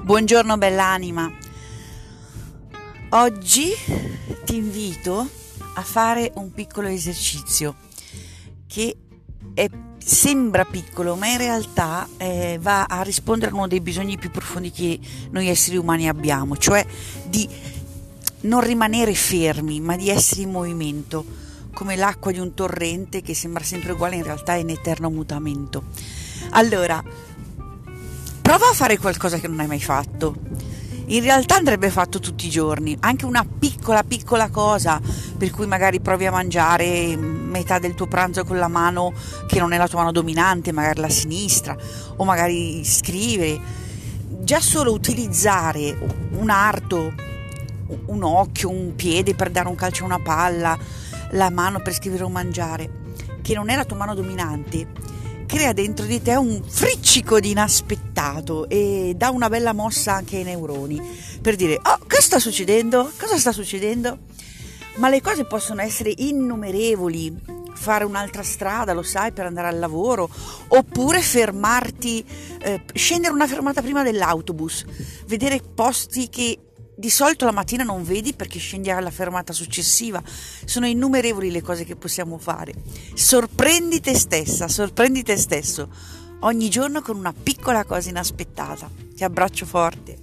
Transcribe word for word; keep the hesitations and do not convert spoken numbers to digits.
Buongiorno bell'anima, oggi ti invito a fare un piccolo esercizio che è, sembra piccolo ma in realtà eh, va a rispondere a uno dei bisogni più profondi che noi esseri umani abbiamo, cioè di non rimanere fermi ma di essere in movimento, come l'acqua di un torrente che sembra sempre uguale, in realtà è in eterno mutamento. Allora, prova a fare qualcosa che non hai mai fatto. In realtà andrebbe fatto tutti i giorni, anche una piccola piccola cosa, per cui magari provi a mangiare metà del tuo pranzo con la mano che non è la tua mano dominante, magari la sinistra, o magari scrivere. Già solo utilizzare un arto, un occhio, un piede per dare un calcio a una palla, la mano per scrivere o mangiare, che non è la tua mano dominante, crea dentro di te un friccico di inaspettato e dà una bella mossa anche ai neuroni per dire: oh, cosa sta succedendo? Cosa sta succedendo? Ma le cose possono essere innumerevoli. Fare un'altra strada, lo sai, per andare al lavoro, oppure fermarti, eh, scendere una fermata prima dell'autobus, vedere posti che di solito la mattina non vedi perché scendi alla fermata successiva. Sono innumerevoli le cose che possiamo fare. Sorprendi te stessa, sorprendi te stesso ogni giorno con una piccola cosa inaspettata. Ti abbraccio forte.